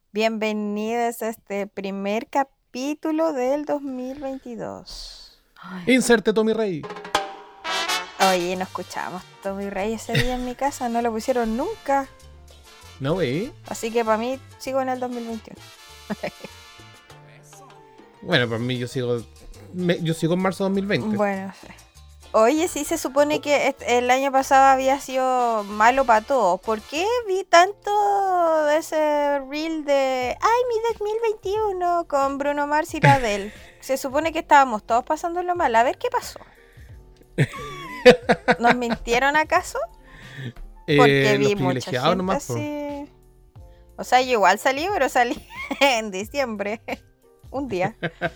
Bienvenidos a este primer capítulo del 2022. Inserte Tommy Rey. Oye, no escuchamos Tommy Rey ese día en mi casa, no lo pusieron nunca. No, güey. Así que para mí sigo en el 2021. Bueno, para mí yo sigo en marzo de 2020. Bueno, sí. Oye, sí se supone que el año pasado había sido malo para todos. ¿Por qué vi tanto de ese reel de ¡ay, mi 2021! Con Bruno Mars y la Adele? Se supone que estábamos todos pasándolo mal. A ver qué pasó. ¿Nos mintieron acaso? Porque vi mucha gente nomás, así. O sea, yo igual salí, pero salí en diciembre. Un día.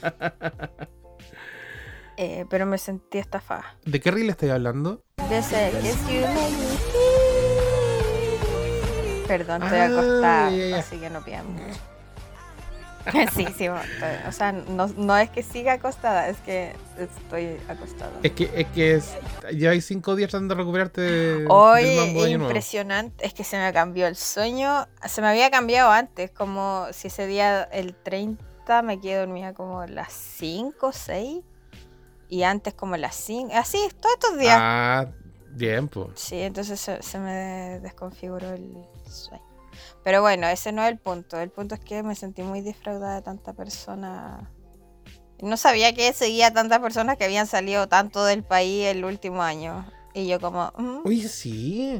Pero me sentí estafada. ¿De qué reel estáis hablando? De ese Guess You Make Me Feel. Perdón, estoy acostada, ya. así que no pidan mucho. Sí, o sea, no es que siga acostada, es que estoy acostada. Es que lleváis 5 días tratando de recuperarte del Oye, mambo de año nuevo. impresionante, es que se me cambió el sueño. Se me había cambiado antes, como si ese día, el 30, me quedé dormida como a las 5 o 6. Y antes como las 5, así, todos estos días. Ah, bien, pues. Sí, entonces se me desconfiguró el sueño. Pero bueno, ese no es el punto. El punto es que me sentí muy defraudada de tanta persona. No sabía que seguía tantas personas que habían salido tanto del país el último año. Y yo como... Oye, sí.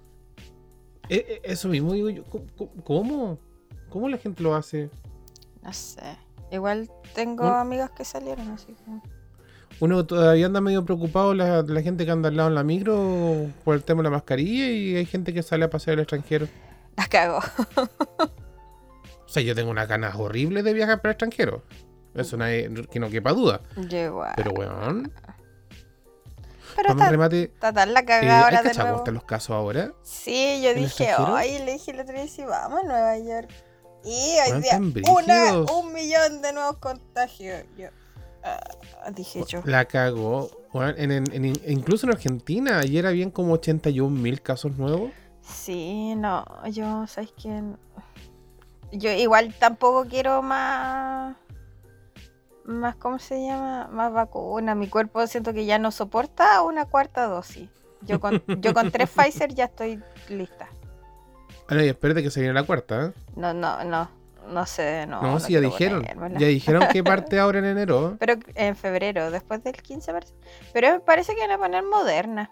Eso mismo digo yo. ¿Cómo? ¿Cómo la gente lo hace? No sé. Igual tengo amigos que salieron, así que... Uno todavía anda medio preocupado, la gente que anda al lado en la micro por el tema de la mascarilla, y hay gente que sale a pasear al extranjero. La cago. O sea, yo tengo unas ganas horribles de viajar para el extranjero. Eso que no quepa duda. Yo igual. Pero weón. Pero remate. Está tan la cagada ahora de nuevo. ¿Cómo están los casos ahora? Sí, yo dije, hoy le dije el otro día, sí, vamos a Nueva York. Y hoy día, 1 millón de nuevos contagios. Yo... dije yo. La cagó. Bueno, incluso en Argentina, ayer habían como 81,000 casos nuevos. Sí, no, ¿sabes qué? Yo igual tampoco quiero más, ¿cómo se llama? Más vacuna. Mi cuerpo siento que ya no soporta una cuarta dosis. Yo con 3 Pfizer ya estoy lista. Ahora, y espérate que se viene la cuarta, ¿eh? No sé, no sí, ya dijeron. Ya dijeron que parte ahora en enero. Pero en febrero, después del 15 parece. Pero parece que van a poner Moderna.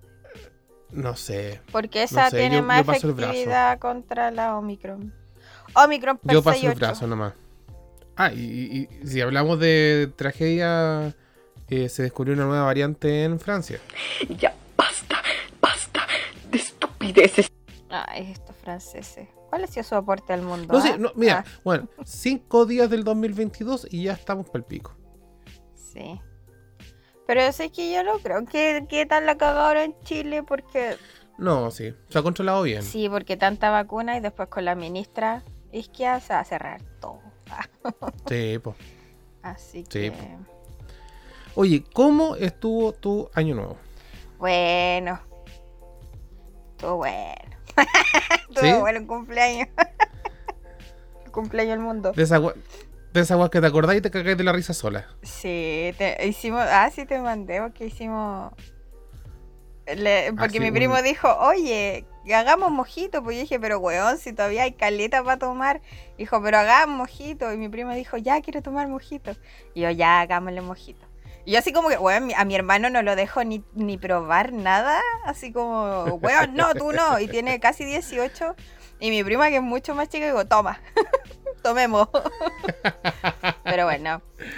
No sé. Porque esa tiene más efectividad contra la Omicron. Omicron yo paso el brazo nomás. Ah, y si hablamos de tragedia, se descubrió una nueva variante en Francia. Ya, basta de estupideces. Ay, estos franceses. ¿Cuál ha sido su aporte al mundo? No sé, mira, bueno, 5 días del 2022 y ya estamos para el pico. Sí. Pero es que yo no creo que tan la cagada ahora en Chile porque... No, sí, se ha controlado bien. Sí, porque tanta vacuna y después con la ministra Isquia se va a cerrar todo. Sí, pues. Así que... Oye, ¿cómo estuvo tu año nuevo? Bueno. Estuvo bueno. ¿Sí? Estuvo bueno el cumpleaños. El cumpleaños del mundo. De esa guas que te acordás y te cagás de la risa sola. Sí, hicimos... sí te mandé porque hicimos... Porque mi primo dijo, oye, hagamos mojito. Pues yo dije, pero weón, si todavía hay caleta para tomar. Dijo, pero hagamos mojito. Y mi primo dijo, ya, quiero tomar mojito. Y yo, ya, hagámosle mojito. Y yo así como que, weón, a mi hermano no lo dejo ni probar nada. Así como, weón, no, tú no. Y tiene casi 18. Y mi prima, que es mucho más chica, digo, toma, tomemos. Pero bueno.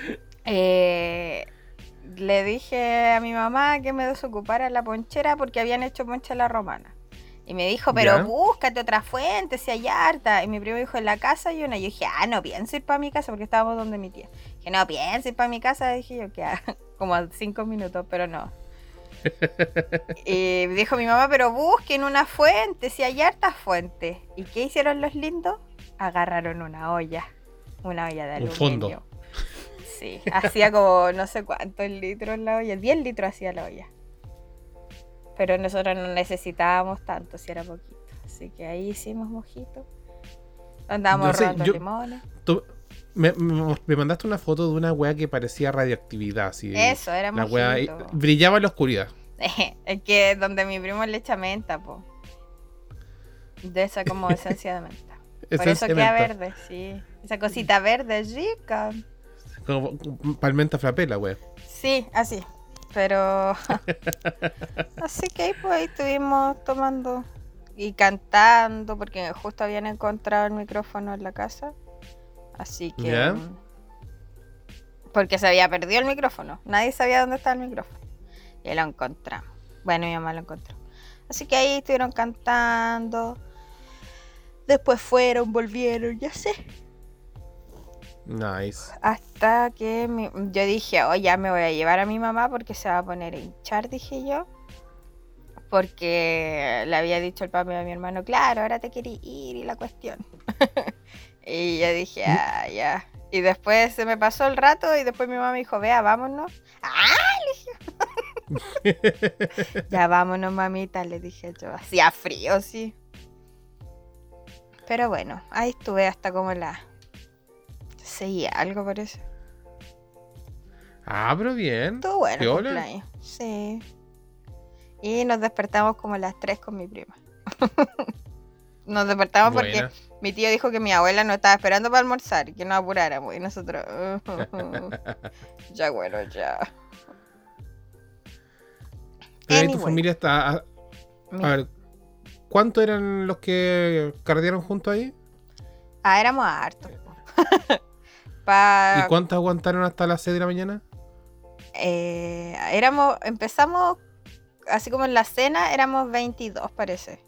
Le dije a mi mamá que me desocupara la ponchera porque habían hecho ponche a la romana. Y me dijo, pero búscate otra fuente, si hay harta. Y mi primo dijo, en la casa hay una. Y yo dije, no pienso ir para mi casa porque estábamos donde mi tía. Dije, no pienso ir para mi casa. Dije yo, que como a 5 minutos, pero no. Y dijo mi mamá, pero busquen una fuente, si hay hartas fuentes. ¿Y qué hicieron los lindos? Agarraron una olla de aluminio. Un fondo. Sí, hacía como no sé cuántos litros la olla, 10 litros hacía la olla. Pero nosotros no necesitábamos tanto, si era poquito. Así que ahí hicimos mojito. Andábamos No sé, robando yo- limones. Tú me mandaste una foto de una weá que parecía radioactividad, así. Eso, era La weá mojito. brillaba en la oscuridad. Es que donde mi primo le echa menta, po. De esa como esencia de menta. Por eso Esencia de queda menta. verde, sí. Esa cosita verde es rica. Como palmenta frappé, la weá. Sí, así. Pero. Así que ahí, pues ahí estuvimos tomando y cantando, porque justo habían encontrado el micrófono en la casa. Así que. ¿Ya? Porque se había perdido el micrófono. Nadie sabía dónde estaba el micrófono. Y lo encontramos. Bueno, mi mamá lo encontró. Así que ahí estuvieron cantando. Después fueron, volvieron, ya sé. Nice. Hasta que yo dije, oh, ya me voy a llevar a mi mamá porque se va a poner a hinchar, dije yo. Porque le había dicho el papá de mi hermano, claro, ahora te quería ir y la cuestión. Y yo dije, ah, ya. Y después se me pasó el rato y después mi mamá me dijo, vea, vámonos. ¡Ah! Le dije. Ya vámonos, mamita, le dije yo. Hacía frío, sí. Pero bueno, ahí estuve hasta como la... Seguía algo por eso. Ah, pero bien. Estuvo bueno el Piola. cumpleaños. Sí. Y nos despertamos como a las 3 con mi prima. Nos despertamos Buena. porque mi tío dijo que mi abuela nos estaba esperando para almorzar y que nos apuráramos. Y nosotros... ya bueno, ya. Pero ahí tu Anyway. familia está. A ver, ¿cuántos eran los que cardearon juntos ahí? Éramos hartos. ¿Y cuántos aguantaron hasta las 6 de la mañana? Empezamos así como en la cena, éramos 22 parece.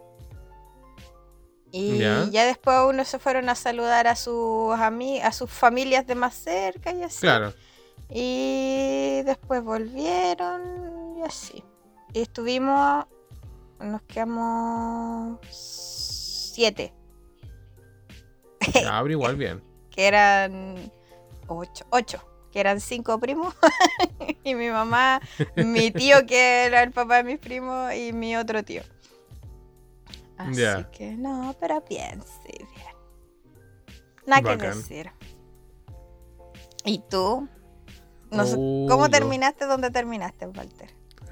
Y Ya. ya después unos se fueron a saludar a sus a sus familias de más cerca y así. Claro. Y después volvieron y así. Y nos quedamos 7, Ya, pero igual bien. que eran 8, que eran 5 primos. Y mi mamá, mi tío que era el papá de mis primos y mi otro tío. Así Ya. que no, pero bien, sí, bien. Nada que Bacán. decir. ¿Y tú? No sé, Oh, ¿cómo yo. terminaste? ¿Dónde terminaste, Walter?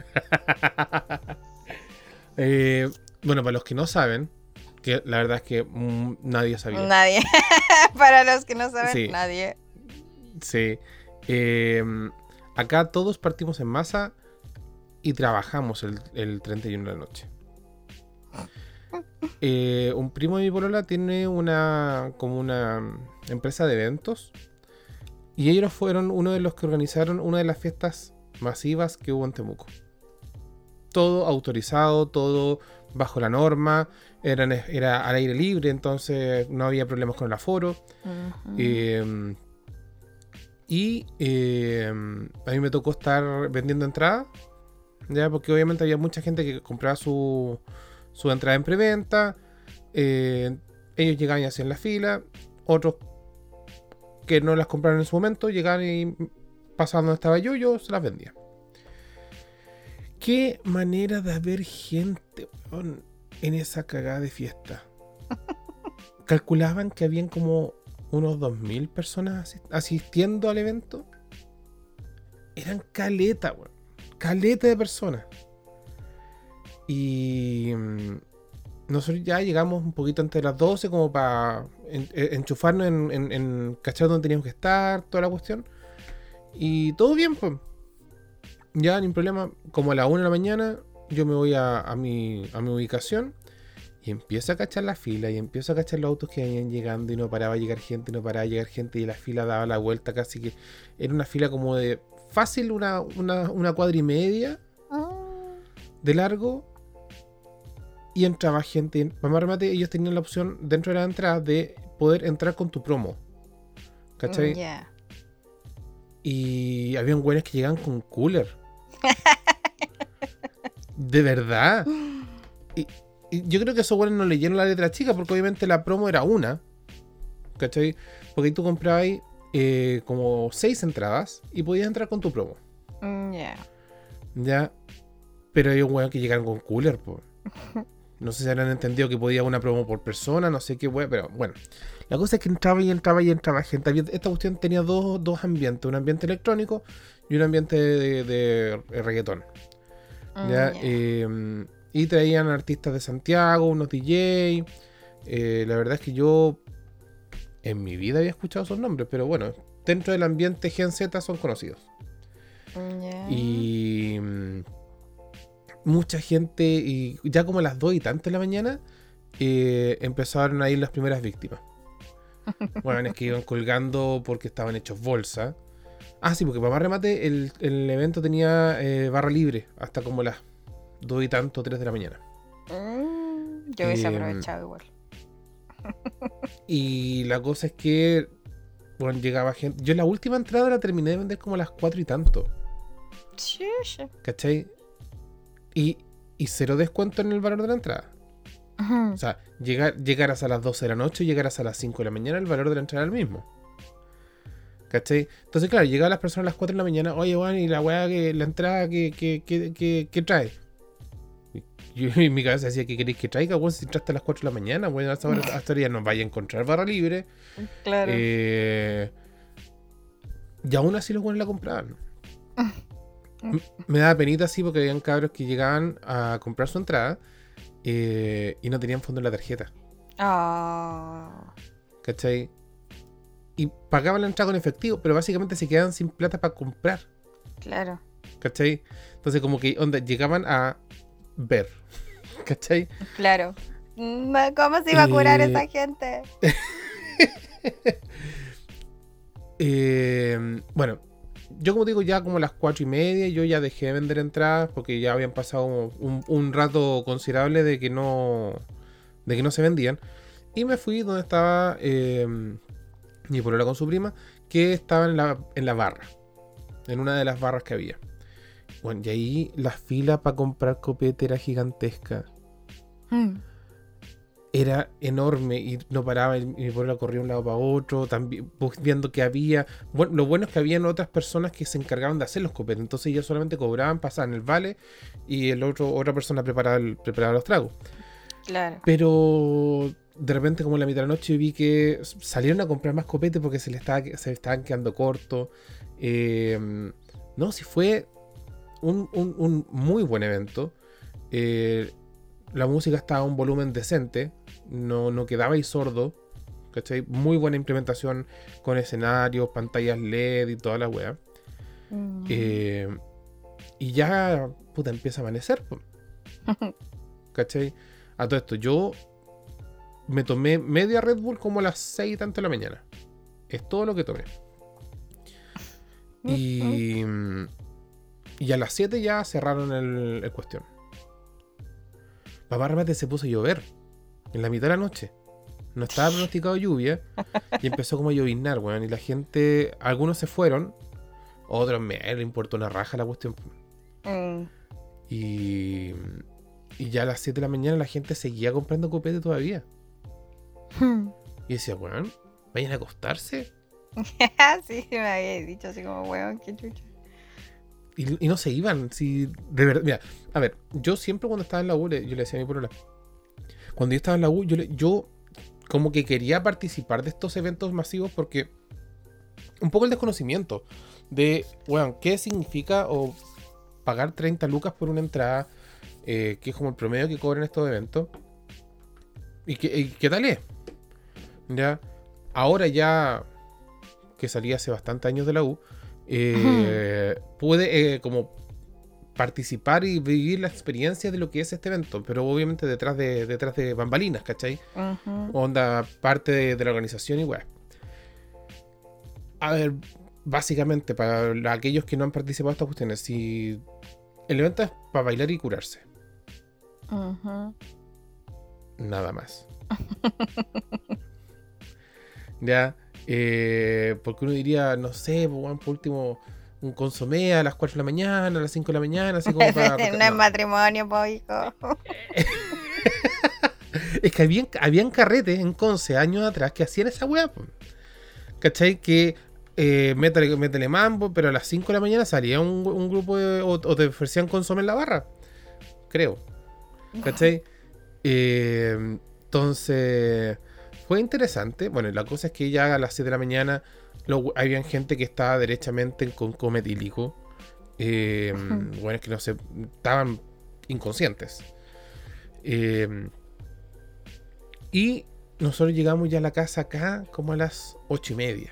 Bueno, para los que no saben, que la verdad es que nadie sabía. Nadie. Para los que no saben, Sí. nadie. Sí. Acá todos partimos en masa y trabajamos el 31 de la noche. Un primo de mi polola tiene como una empresa de eventos y ellos fueron uno de los que organizaron una de las fiestas masivas que hubo en Temuco. Todo autorizado, todo bajo la norma, era al aire libre, entonces no había problemas con el aforo. Ujú. A mí me tocó estar vendiendo entradas, ya, porque obviamente había mucha gente que compraba su entrada en preventa. Ellos llegaban y hacían la fila, otros que no las compraron en su momento llegaban y pasaban donde estaba yo se las vendía. Qué manera de haber gente, weón, en esa cagada de fiesta. Calculaban que habían como unos 2000 personas asistiendo al evento. Eran caleta, weón. Caleta de personas. Y nosotros ya llegamos un poquito antes de las 12 como para enchufarnos en cachar donde teníamos que estar, toda la cuestión. Y todo bien, pues. Ya, ni problema. Como a la 1 de la mañana, yo me voy a mi ubicación y empiezo a cachar la fila y empiezo a cachar los autos que venían llegando y no paraba de llegar gente, y la fila daba la vuelta casi que era una fila como de fácil, una cuadra y media de largo y entraba gente. Para más remate, ellos tenían la opción dentro de la entrada de poder entrar con tu promo, ¿cachai? Ya. Y habían güeyes que llegaban con cooler. De verdad. Y yo creo que esos güeyes no leyeron la letra chica porque obviamente la promo era una. ¿Cachai? Porque ahí tú comprabas como 6 entradas y podías entrar con tu promo. Ya. Ya. Pero hay un güey que llegaron con cooler, po. No sé si habrán entendido que podía una promo por persona, no sé qué wea, pero bueno. La cosa es que entraba y entraba y entraba gente. Esta cuestión tenía dos ambientes, un ambiente electrónico y un ambiente de reggaetón. ¿Ya? Y traían artistas de Santiago, unos DJ. La verdad es que yo en mi vida había escuchado esos nombres, pero bueno, dentro del ambiente Gen Z son conocidos. Y mucha gente, y ya como a las 2 y tantas de la mañana, empezaron a ir las primeras víctimas. Bueno, es que iban colgando porque estaban hechos bolsa. Ah, sí, porque para más remate, el evento tenía barra libre hasta como las 2 y tanto, 3 de la mañana. Yo hubiese aprovechado igual. Y la cosa es que, bueno, llegaba gente. Yo la última entrada la terminé de vender como a las 4 y tanto. ¿Cachai? Y cero descuento en el valor de la entrada. O sea, llegaras a las 12 de la noche y llegaras a las 5 de la mañana, el valor de la entrada era el mismo. ¿Cachai? Entonces, claro, llegaban las personas a las 4 de la mañana, oye, bueno, y la weá, la entrada, ¿qué trae? Yo en mi cabeza decía, ¿qué queréis que traiga? Bueno, si entraste a las 4 de la mañana, bueno, hasta ahora ya no vaya a encontrar barra libre. Claro. Y aún así los buenos la compraban. Me daba penita así porque habían cabros que llegaban a comprar su entrada y no tenían fondo en la tarjeta. ¿Cachai? Y pagaban la entrada con efectivo, pero básicamente se quedaban sin plata para comprar. Claro. ¿Cachai? Entonces como que llegaban a ver. ¿Cachai? Claro. ¿Cómo se iba a curar esa gente? Bueno, yo como digo, ya como a las 4:30 yo ya dejé de vender entradas porque ya habían pasado un rato considerable de que no se vendían. Y me fui donde estaba mi polola con su prima, que estaba en la barra, en una de las barras que había. Bueno, y ahí la fila para comprar copete era gigantesca. Era enorme y no paraba. Mi polola corría de un lado para otro, también viendo que había. Bueno, lo bueno es que habían otras personas que se encargaban de hacer los copetes. Entonces ellos solamente cobraban, pasaban el vale y otra persona preparaba los tragos. Claro. Pero de repente, como en la mitad de la noche, vi que salieron a comprar más copetes porque se estaban quedando cortos. No, sí fue un muy buen evento. La música estaba a un volumen decente, no quedaba ahí sordo, ¿cachai? Muy buena implementación con escenarios, pantallas LED y toda la wea. Y ya, puta, empieza a amanecer, ¿cachai? A todo esto, yo me tomé media Red Bull como a las 6 y tanto de la mañana. Es todo lo que tomé. Y a las 7 ya cerraron el cuestión. Papá remate se puso a llover en la mitad de la noche. No estaba pronosticado lluvia y empezó como a lloviznar, weón. Y la gente, algunos se fueron, otros le importó una raja la cuestión. Y ya a las 7 de la mañana la gente seguía comprando copete todavía. Y decía, weón, vayan a acostarse. Sí, me había dicho así como, weón, qué chucha. Y no se iban, si de verdad. Mira, a ver, yo siempre cuando estaba en la U, yo le decía a mi polola, cuando yo estaba en la U, yo como que quería participar de estos eventos masivos porque un poco el desconocimiento de, bueno, qué significa o pagar 30 lucas por una entrada, que es como el promedio que cobran estos eventos, y qué tal es. Ya, ahora ya que salí hace bastantes años de la U, pude como participar y vivir la experiencia de lo que es este evento, pero obviamente detrás de bambalinas, ¿cachai? Onda parte de la organización y weá. A ver, básicamente para aquellos que no han participado de estas cuestiones, si el evento es para bailar y curarse, nada más. Ya, porque uno diría, no sé, por último, un consomé a las 4 de la mañana, a las 5 de la mañana, así como para... No es matrimonio, po, hijo. Es que habían carretes en Conce años atrás que hacían esa weá, ¿cachai? Que métele mambo, pero a las 5 de la mañana salía un grupo o te ofrecían consomé en la barra, creo, ¿cachai? Entonces, fue interesante. Bueno, la cosa es que ya a las 7 de la mañana había gente que estaba derechamente con coma etílico. Bueno, es que no sé, estaban inconscientes. Y nosotros llegamos ya a la casa acá como a las 8:30.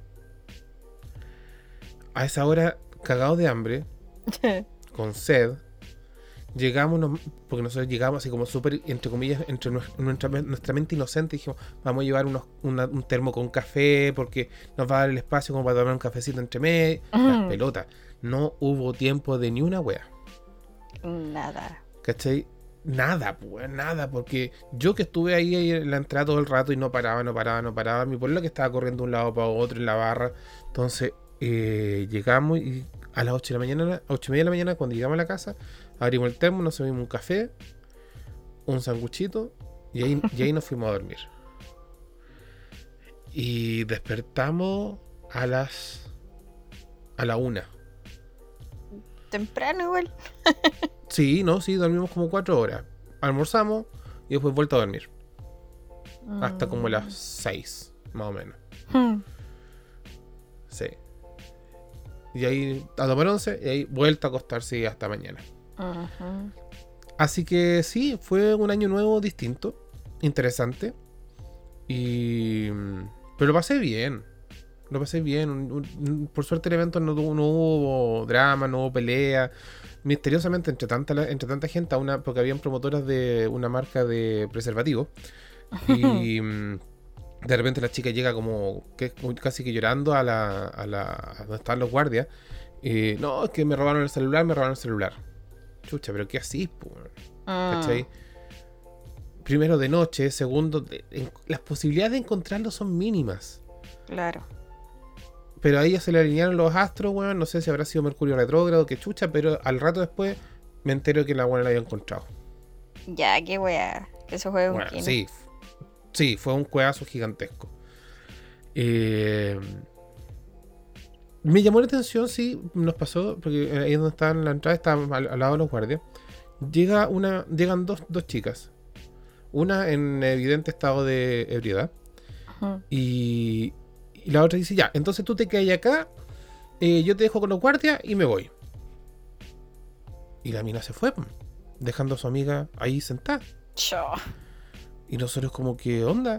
A esa hora, cagados de hambre, con sed, llegamos, porque nosotros llegamos así como súper, entre comillas, entre nuestra mente inocente, dijimos, vamos a llevar un termo con café, porque nos va a dar el espacio como para tomar un cafecito entre medio. Las pelotas. No hubo tiempo de ni una wea. Nada. ¿Cachai? Nada, pues, nada, porque yo que estuve ahí en la entrada todo el rato y no paraba, mi pueblo que estaba corriendo de un lado para otro en la barra. Entonces, llegamos y a las 8 de la mañana, 8:30 de la mañana, cuando llegamos a la casa, abrimos el termo, nos servimos un café, un sanguchito y ahí nos fuimos a dormir. Y despertamos a la 1. Temprano igual. Sí, dormimos como 4 horas. Almorzamos y después vuelta a dormir. Hasta como las 6, más o menos. Sí. Y ahí a tomar 11 y ahí vuelta a acostarse hasta mañana. Así que sí, fue un año nuevo distinto, interesante. Pero lo pasé bien. Por suerte el evento no hubo drama, no hubo pelea. Misteriosamente entre tanta gente, porque habían promotoras de una marca de preservativos. Y de repente la chica llega como casi que llorando a donde están los guardias. No, es que me robaron el celular. Chucha, pero ¿qué así? ¿Cachai? Primero de noche, segundo, las posibilidades de encontrarlo son mínimas. Claro. Pero a ella se le alinearon los astros, weón. No sé si habrá sido Mercurio retrógrado, que chucha, pero al rato después me entero que la buena la había encontrado. Ya, qué wea. Eso fue un kino. Sí, fue un cueazo gigantesco. Me llamó la atención, sí, nos pasó, porque ahí donde estaban en la entrada, estaban al lado de los guardias. Llegan dos chicas. Una en evidente estado de ebriedad. Y la otra dice, ya, entonces tú te quedas acá, yo te dejo con los guardias y me voy. Y la mina se fue, dejando a su amiga ahí sentada. Y nosotros como, ¿qué onda?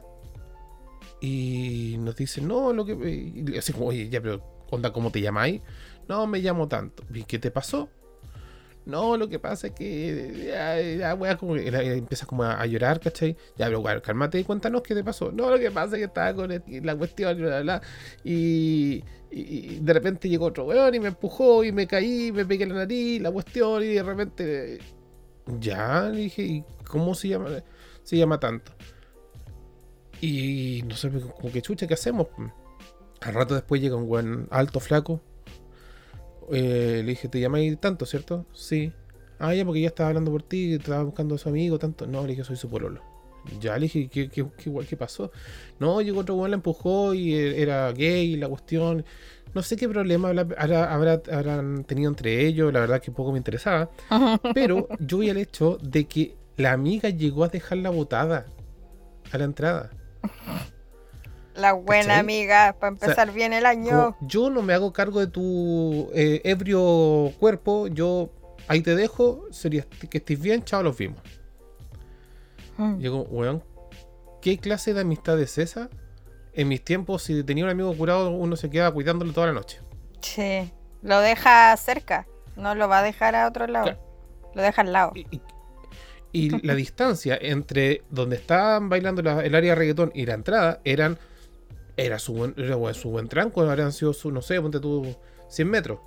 Y nos dicen, no, y así como, oye, ya, pero onda, ¿cómo te llamáis? No, me llamo tanto. ¿Y qué te pasó? No, lo que pasa es que como empieza como a llorar, ¿cachai? Ya, pero bueno, cálmate y cuéntanos qué te pasó. No, lo que pasa es que estaba con la cuestión, bla, bla, bla, y de repente llegó otro weón y me empujó y me caí, me pegué la nariz, la cuestión, y de repente ya, dije, ¿y cómo se llama? Se llama tanto. Y no sé, como que chucha, ¿qué hacemos? Al rato después llega un weón alto, flaco. Le dije, ¿te llamáis tanto, cierto? Sí. Ah, ya, porque ya estaba hablando por ti, estaba buscando a su amigo, tanto. No, le dije, soy su pololo. Ya, le dije, ¿qué pasó? No, llegó otro weón, la empujó y era gay, la cuestión. No sé qué problema habrán tenido entre ellos, la verdad que poco me interesaba. Pero yo vi el hecho de que la amiga llegó a dejarla botada a la entrada. La buena, ¿cachai? Amiga, para empezar, o sea, bien el año. Yo no me hago cargo de tu ebrio cuerpo, yo ahí te dejo, sería que estés bien, chao, los vimos. Digo, weón, ¿qué clase de amistad es esa? En mis tiempos, si tenía un amigo curado, uno se queda cuidándolo toda la noche. Sí, lo deja cerca, no lo va a dejar a otro lado, claro. Lo deja al lado. Y la distancia entre donde estaban bailando el área de reggaetón y la entrada era su buen tranco, habrían sido no sé, ponte tú 100 metros.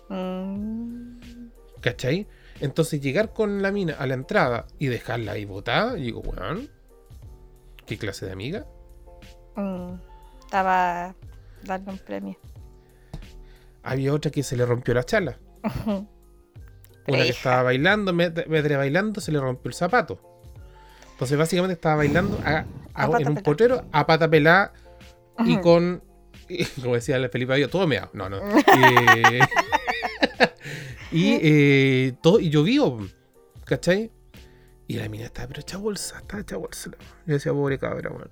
¿Cachai? Entonces llegar con la mina a la entrada y dejarla ahí botada, digo, weón, ¿qué clase de amiga? Estaba dando un premio. Había otra que se le rompió la chala. Una que estaba bailando, metre bailando, se le rompió el zapato. Entonces básicamente estaba bailando en un potrero a pata pelada. Y con, como decía el Felipe Avillo, todo meado. No. Y llovió, ¿cachai? Y la mina estaba, pero hecha bolsa, estaba hecha bolsa. Yo decía, pobre cabra, weón.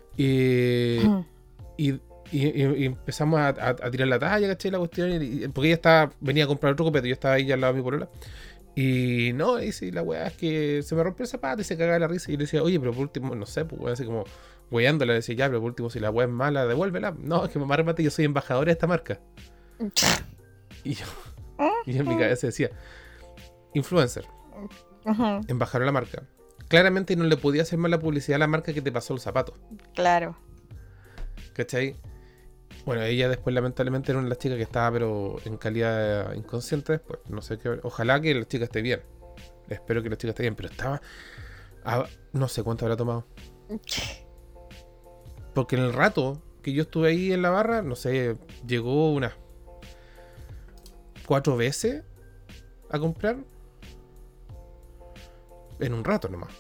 Y empezamos a tirar la talla, ¿cachai? La cuestión, porque ella venía a comprar otro copete, yo estaba ahí al lado de mi polola. Y no, y sí, la weá es que se me rompió el zapato y se cagaba la risa. Y yo le decía, oye, pero por último, no sé, pues weá, así como weándola, le decía, ya, pero por último, si la weá es mala, devuélvela. No, es que mamá remate, yo soy embajador de esta marca. Y yo en mi cabeza decía, influencer, embajador de la marca. Claramente no le podía hacer mala publicidad a la marca que te pasó el zapato. Claro. ¿Cachai? Bueno, ella después lamentablemente era una de las chicas que estaba pero en calidad inconsciente después. No sé qué. Ojalá que la chica esté bien. Espero que la chica esté bien, pero estaba... no sé cuánto habrá tomado. Porque en el rato que yo estuve ahí en la barra, no sé, llegó unas 4 veces a comprar. En un rato nomás.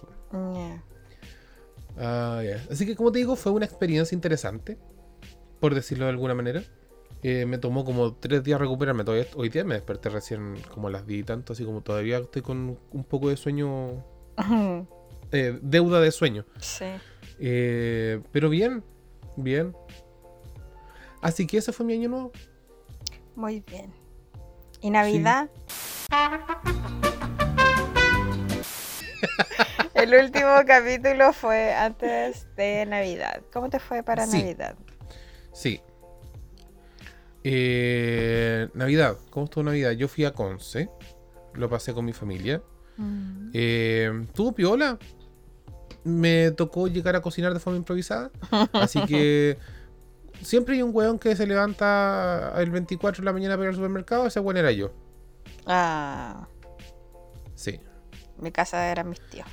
Yeah. Así que como te digo, fue una experiencia interesante, por decirlo de alguna manera. Me tomó como 3 días recuperarme. Todavía, hoy día me desperté recién como a las 10 y tanto, así como todavía estoy con un poco de sueño, deuda de sueño. Sí. Pero bien. Así que ese fue mi año nuevo. Muy bien. ¿Y Navidad? El último capítulo fue antes de Navidad. ¿Cómo te fue para Navidad? Sí. Navidad. ¿Cómo estuvo Navidad? Yo fui a Conce. Lo pasé con mi familia. Estuvo piola. Me tocó llegar a cocinar de forma improvisada. Así que siempre hay un weón que se levanta el 24 de la mañana para ir al supermercado. Ese weón era yo. Ah. Sí. Mi casa eran mis tíos.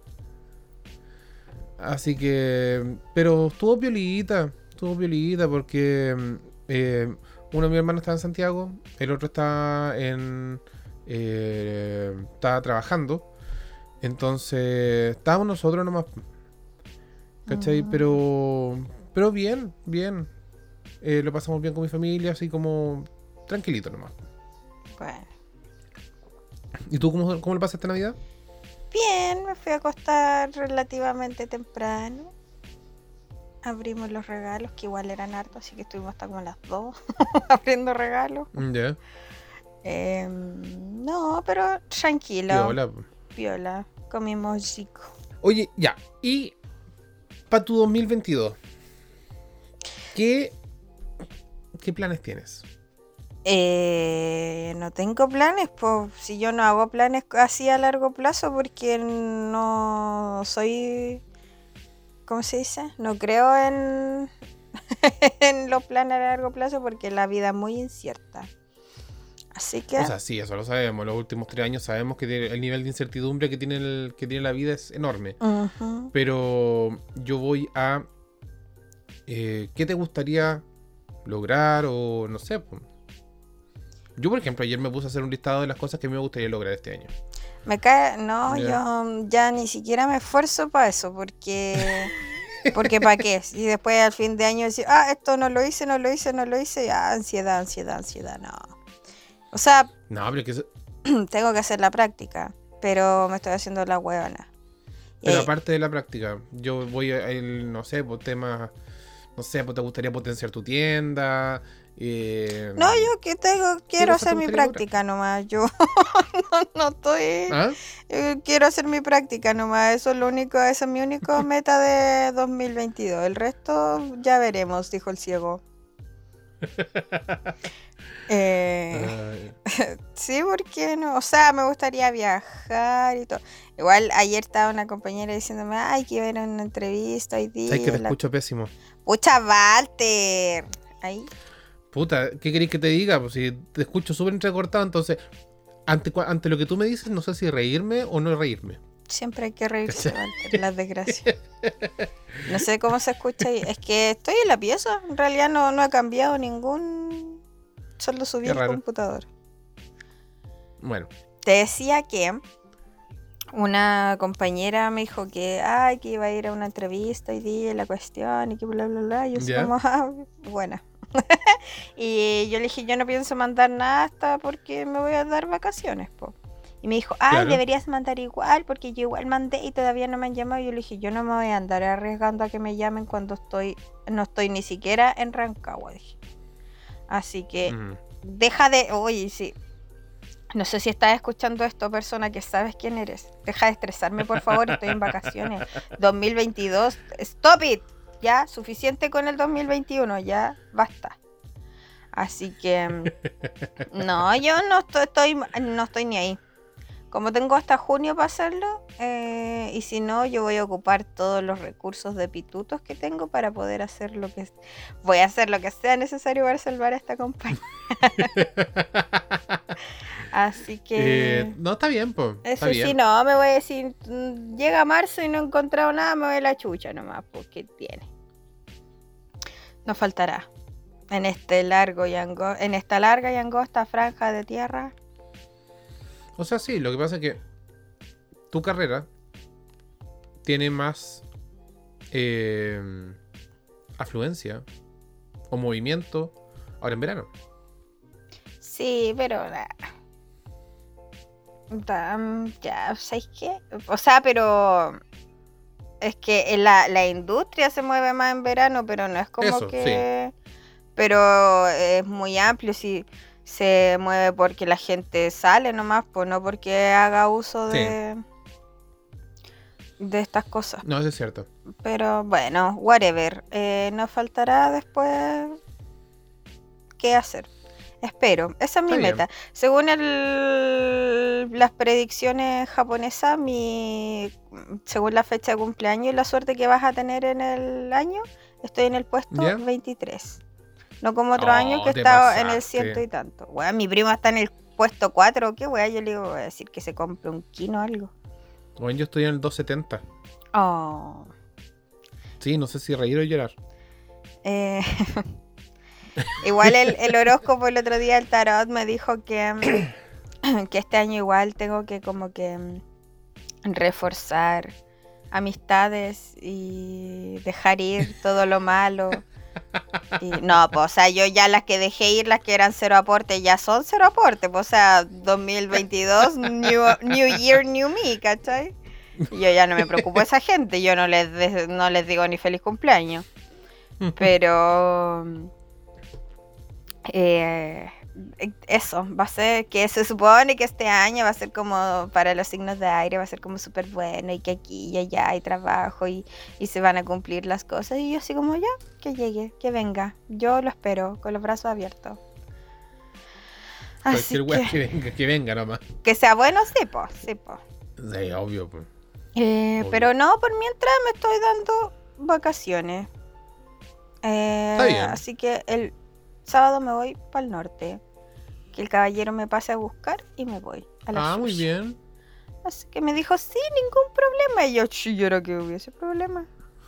Así que... Pero estuvo piolita porque uno de mis hermanos estaba en Santiago, el otro estaba estaba trabajando, entonces estábamos nosotros nomás, ¿cachai? Pero bien, lo pasamos bien con mi familia, así como tranquilito nomás. Bueno. ¿Y tú cómo le pasaste Navidad? Bien, me fui a acostar relativamente temprano. Abrimos los regalos, que igual eran hartos, así que estuvimos hasta como las 2 abriendo regalos. Ya. No, pero tranquilo. Piola. Comimos rico. Oye, ya. Y para tu 2022, ¿qué planes tienes? No tengo planes, pues si yo no hago planes así a largo plazo porque no soy, ¿cómo se dice? No creo en en los planes a largo plazo porque la vida es muy incierta. Así que... O sea, sí, eso lo sabemos. Los últimos 3 años sabemos que el nivel de incertidumbre que tiene la vida es enorme. Uh-huh. Pero yo voy a... ¿qué te gustaría lograr o no sé? Pues. Yo, por ejemplo, ayer me puse a hacer un listado de las cosas que a mí me gustaría lograr este año. No, yo ya ni siquiera me esfuerzo para eso, porque ¿para qué? Y después al fin de año decir, esto no lo hice, ya, ansiedad, no. O sea, no, pero que tengo que hacer la práctica, pero me estoy haciendo la huevona. Pero aparte de la práctica, yo voy a, no sé, por temas, no sé, pues te gustaría potenciar tu tienda. No, yo quiero hacer mi práctica nomás. Yo no estoy. Quiero hacer mi práctica nomás. Eso es lo único, esa es mi única meta de 2022. El resto ya veremos, dijo el ciego. Sí, ¿por qué no? O sea, me gustaría viajar y todo. Igual ayer estaba una compañera diciéndome, que iba a ir a una entrevista hoy día. ¿Sabes que te escucho pésimo? Pucha, Walter. Ahí. Puta, ¿qué querés que te diga? Pues si te escucho súper entrecortado, entonces, ante lo que tú me dices, no sé si reírme o no reírme. Siempre hay que reírse, Walter, las desgracias. No sé cómo se escucha ahí. Es que estoy en la pieza. En realidad no he cambiado ningún... Solo subí el computador. Bueno. Te decía que una compañera me dijo que iba a ir a una entrevista hoy día, la cuestión, y que bla, bla, bla. Y yo soy como, buena. Y yo le dije, yo no pienso mandar nada hasta porque me voy a dar vacaciones, po. Y me dijo, ay, Claro. deberías mandar igual, porque yo igual mandé y todavía no me han llamado. Y yo le dije, yo no me voy a andar arriesgando a que me llamen cuando no estoy ni siquiera en Rancagua, dije. Así que Mm. deja de, oye, sí. No sé si estás escuchando esto, persona que sabes quién eres. Deja de estresarme, por favor, estoy en vacaciones. 2022, stop it. Ya, suficiente con el 2021, ya, basta. Así que, no, yo no estoy ni ahí. Como tengo hasta junio para hacerlo, y si no, yo voy a ocupar todos los recursos de pitutos que tengo para poder hacer voy a hacer lo que sea necesario para salvar a esta compañía. Así que No, está bien, pues. eso sí, no, me voy a decir, llega marzo y no he encontrado nada, me voy a la chucha nomás, porque tiene. No faltará en esta larga y angosta franja de tierra. O sea, sí, lo que pasa es que tu carrera tiene más afluencia o movimiento ahora en verano. Sí, pero ya, ¿sabes qué? O sea, pero es que la industria se mueve más en verano, pero no es como Eso, que... Pero es muy amplio, sí, se mueve porque la gente sale nomás, pues no porque haga uso Sí. de estas cosas. No, eso es cierto. Pero bueno, whatever. Nos faltará después qué hacer. Espero, esa es mi Está bien. meta. Según las predicciones japonesas, según la fecha de cumpleaños y la suerte que vas a tener en el año, estoy en el puesto ¿Ya? 23. No como otro Oh, año que he te estado en el pasaste. 100 y tanto. Bueno, mi primo está en el puesto 4, ¿qué wea? Yo le digo, voy a decir que se compre un kino o algo. Bueno, yo estoy en el 270. Oh. Sí, no sé si reír o llorar. Eh, igual el horóscopo el otro día, el tarot, me dijo que este año igual tengo que como que reforzar amistades y dejar ir todo lo malo. Y, no, pues, o sea, yo ya las que dejé ir, las que eran cero aporte, ya son cero aporte. Pues, o sea, 2022, new Year, New Me, ¿cachai? Y yo ya no me preocupo de esa gente, yo no les digo ni feliz cumpleaños. Pero eso, va a ser que se supone que este año va a ser como para los signos de aire, va a ser como súper bueno y que aquí y allá hay trabajo y se van a cumplir las cosas. Y yo así como ya, que llegue, que venga. Yo lo espero con los brazos abiertos. Así Cualquier wea que venga nomás. que sea bueno, sí, pues, sí, pues. Sí, obvio, pues. Pero no, por mientras me estoy dando vacaciones. Está bien. Así que el sábado me voy para el norte. Que el caballero me pase a buscar y me voy a la Muy suya. bien. Así que me dijo, sí, ningún problema. Y yo, yo era que hubiese problema.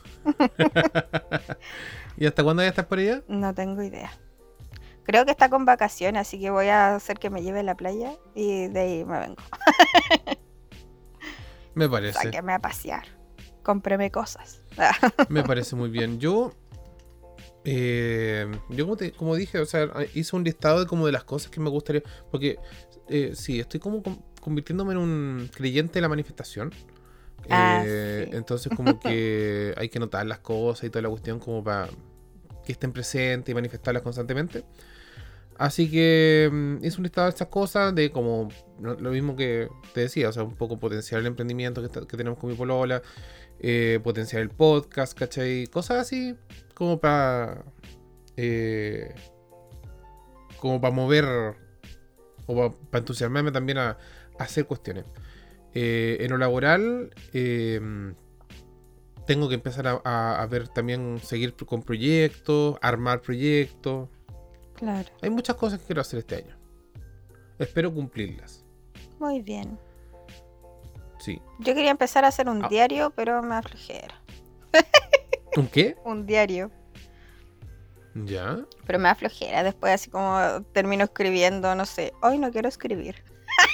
¿Y hasta cuándo ya estás por allá? No tengo idea. Creo que está con vacaciones, así que voy a hacer que me lleve a la playa y de ahí me vengo. Me parece. Sáqueme a pasear. Cómpreme cosas. Me parece muy bien. Yo como dije, o sea, hice un listado de como de las cosas que me gustaría. Porque sí, estoy como convirtiéndome en un creyente de la manifestación. Sí. Entonces como que hay que notar las cosas y toda la cuestión como para que estén presentes y manifestarlas constantemente. Así que hice un listado de estas cosas, de como lo mismo que te decía, o sea, un poco potenciar el emprendimiento que tenemos con mi polola, potenciar el podcast, ¿cachai? Cosas así como para mover o para entusiasmarme también a hacer cuestiones. En lo laboral tengo que empezar a ver también, seguir con proyectos, armar proyectos. Claro. Hay muchas cosas que quiero hacer este año. Espero cumplirlas. Muy bien. Sí. Yo quería empezar a hacer un diario, pero me aflojera. ¿Un qué? Un diario. ¿Ya? Pero me aflojera. Después así como termino escribiendo, no sé, hoy no quiero escribir.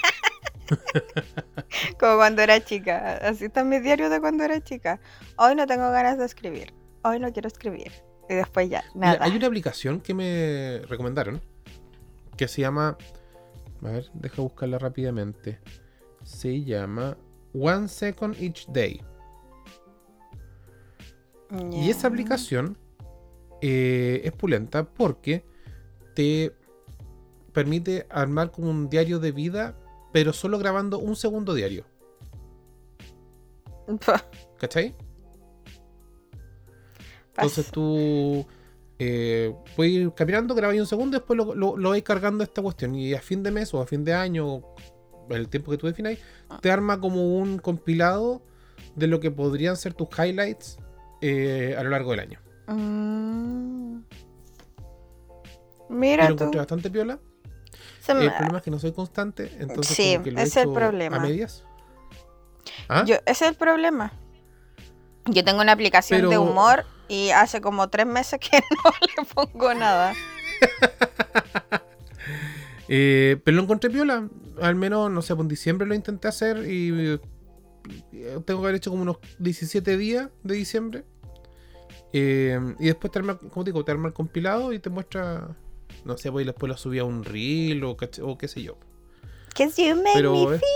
Como cuando era chica. Así están mis diarios de cuando era chica. Hoy no tengo ganas de escribir. Hoy no quiero escribir. Y después ya, nada. Mira, hay una aplicación que me recomendaron que se llama... A ver, deja buscarla rápidamente. se llama One Second Each Day. Y esa aplicación es pulenta porque te permite armar como un diario de vida, pero solo grabando un segundo diario. ¿Cachai? Entonces tú puedes ir caminando, grabáis un segundo y después lo vais cargando esta cuestión. Y a fin de mes o a fin de año, el tiempo que tú defináis, te arma como un compilado de lo que podrían ser tus highlights a lo largo del año. Mira, y lo tú. encontré bastante piola. El problema es que no soy constante, entonces Sí, como que lo he ese es el hecho problema. a medias. ¿Ah? Ese es el problema. Yo tengo una aplicación de humor y hace como 3 meses que no le pongo nada. Pero lo encontré piola. Al menos, no sé, en diciembre lo intenté hacer y tengo que haber hecho como unos 17 días de diciembre. Y después te arma, como te digo, te arma el compilado y te muestra, no sé, pues después lo subí a un reel o qué sé yo. Cause you make me feel.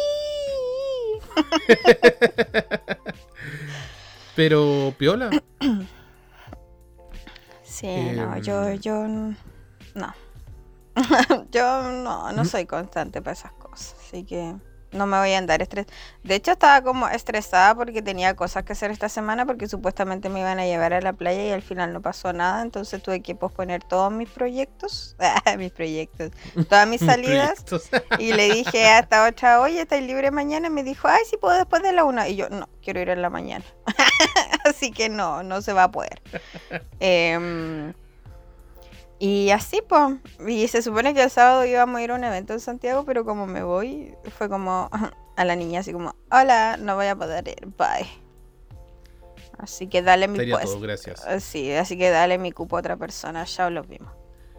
Pero piola. Sí, no, yo no. Yo no soy constante para esas cosas, así que no me voy a andar estresada. De hecho, estaba como estresada porque tenía cosas que hacer esta semana porque supuestamente me iban a llevar a la playa y al final no pasó nada, entonces tuve que posponer todos mis proyectos, todas mis salidas. Y le dije a esta otra, oye, ¿estás libre mañana? Y me dijo, ay, sí puedo después de la 1. Y yo, no, quiero ir en la mañana. Así que no se va a poder. Y así, pues. Y se supone que el sábado íbamos a ir a un evento en Santiago, pero como me voy, fue como a la niña, así como, hola, no voy a poder ir, bye. Así que dale mi Sería puesto. todo, gracias. Sí, así que dale mi cupo a otra persona, ya los vimos.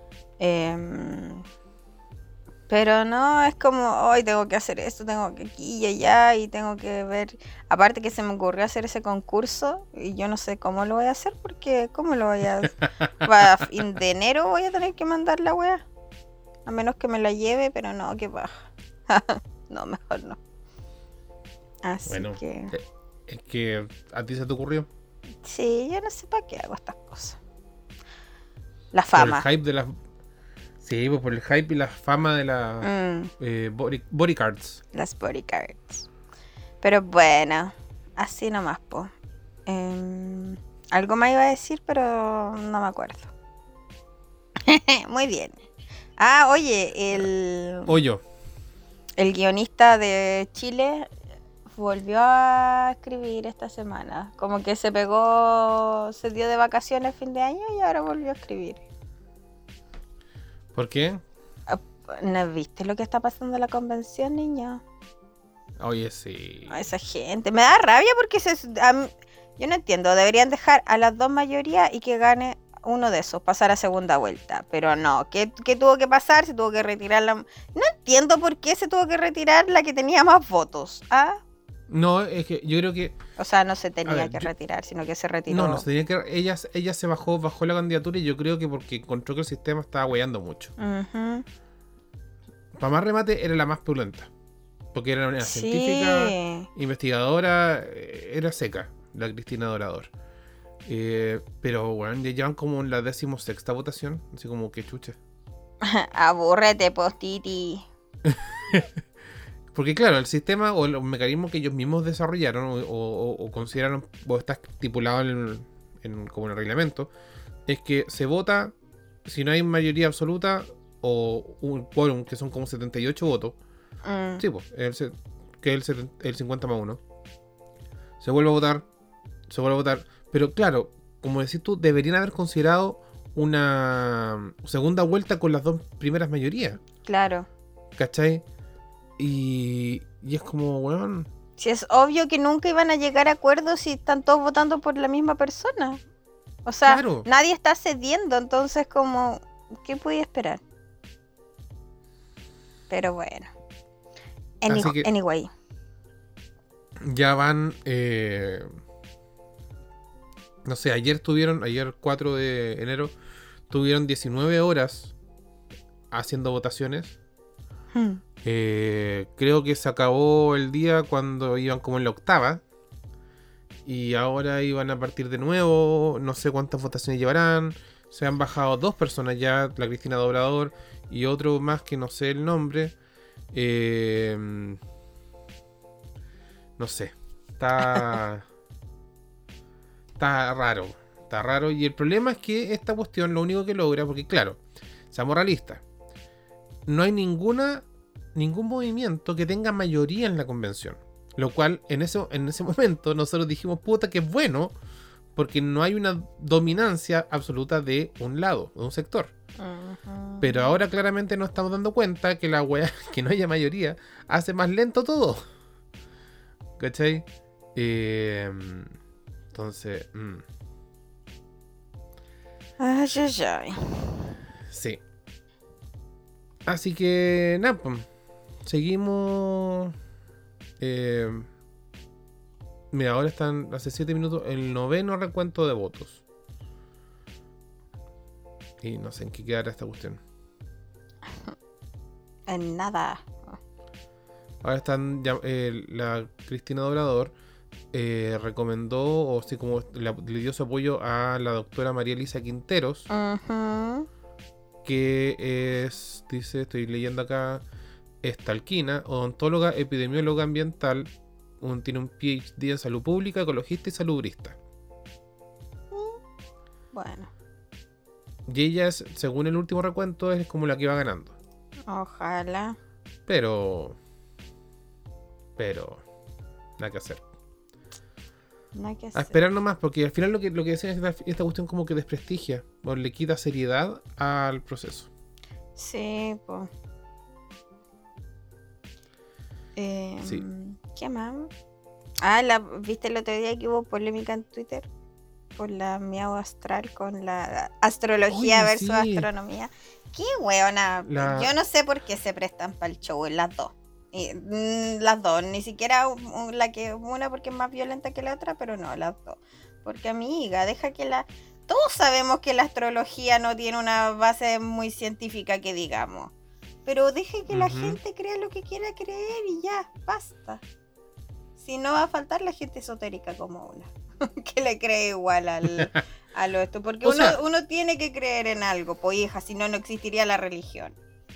Pero no, es como, hoy tengo que hacer esto, tengo que aquí y allá, y tengo que ver. Aparte que se me ocurrió hacer ese concurso, y yo no sé cómo lo voy a hacer, porque ¿cómo lo voy a para fin de enero voy a tener que mandar la wea? A menos que me la lleve, pero no, qué baja. No, mejor no. Así bueno, que... es que a ti se te ocurrió. Sí, yo no sé para qué hago estas cosas. La Por fama. el hype de las... Sí, pues por el hype y la fama de las body cards. Las body cards. Pero bueno, así nomás, po. Algo más iba a decir, pero no me acuerdo. Muy bien. Ah, oye, el guionista de Chile volvió a escribir esta semana. Como que se dio de vacaciones a fin de año y ahora volvió a escribir. ¿Por qué? ¿No viste lo que está pasando en la convención, niño? Oye, sí. Esa gente. Me da rabia porque yo no entiendo. Deberían dejar a las dos mayorías y que gane uno de esos, pasar a segunda vuelta. Pero no. ¿Qué tuvo que pasar? Se tuvo que retirar la... No entiendo por qué se tuvo que retirar la que tenía más votos. ¿Ah? No, es que yo creo que... O sea, no se tenía que retirar, sino que se retiró. No se tenía que... Ella se bajó la candidatura y yo creo que porque encontró que el sistema estaba hueando mucho. Uh-huh. Para más remate, era la más pulenta. Porque era una científica, investigadora, era seca, la Cristina Dorador. Pero bueno, ya llevan como en la 16ª votación, así como que chuche. Abúrrete, postiti. Porque claro, el sistema o los mecanismos que ellos mismos desarrollaron o consideraron, o está estipulado como en el reglamento, es que se vota si no hay mayoría absoluta o un quórum que son como 78 votos. Sí, pues, que es el 50 más 1. Se vuelve a votar. Pero claro, como decís tú, deberían haber considerado una segunda vuelta con las dos primeras mayorías. Claro. ¿Cachai? Y es como, weón. Si es obvio que nunca iban a llegar a acuerdos si están todos votando por la misma persona. O sea, claro. Nadie está cediendo, entonces como, ¿qué podía esperar? Pero bueno. Anyway. Ya van, no sé, ayer 4 de enero, tuvieron 19 horas haciendo votaciones. Hmm. Creo que se acabó el día cuando iban como en la octava. Y ahora iban a partir de nuevo. No sé cuántas votaciones llevarán. Se han bajado 2 personas ya. La Cristina Dobrador y otro más que no sé el nombre. No sé. Está raro. Está raro. Y el problema es que esta cuestión lo único que logra. Porque claro, seamos realistas. No hay ningún movimiento que tenga mayoría en la convención. Lo cual en ese momento nosotros dijimos, puta, que es bueno, porque no hay una dominancia absoluta de un lado, de un sector. Ujú. Pero ahora claramente nos estamos dando cuenta que la weá, que no haya mayoría, hace más lento todo. ¿Cachai? Entonces, Ay, ay, ay. sí. Así que, nada, pues, seguimos. Mira, ahora están hace 7 minutos el 9º recuento de votos. Y no sé en qué quedará esta cuestión. En nada. Ahora están la Cristina Dobrador recomendó, o sí, como le dio su apoyo a la doctora María Elisa Quinteros, Ujú. que es, dice, estoy leyendo acá, es talquina, odontóloga, epidemióloga ambiental, tiene un PhD en salud pública, ecologista y salubrista. Bueno, Y ella es, según el último recuento, es como la que va ganando. ojalá. Pero, nada que hacer. No hay que A hacer. esperar nomás, porque al final lo que decía es que esta cuestión como que desprestigia o le quita seriedad al proceso. Sí, pues. Sí. ¿Qué más? ¿Viste el otro día que hubo polémica en Twitter? Por la miau astral con la astrología Oye, versus sí. astronomía. Qué weona. Yo no sé por qué se prestan para el show en las dos. Las dos, ni siquiera una porque es más violenta que la otra, pero no, las dos. Porque amiga, deja que todos sabemos que la astrología no tiene una base muy científica que digamos. Pero deje que la Ujú. gente crea lo que quiera creer y ya, basta. Si no va a faltar la gente esotérica como una, que le cree igual a lo esto. Porque O sea, uno tiene que creer en algo, pues hija, si no, no existiría la religión.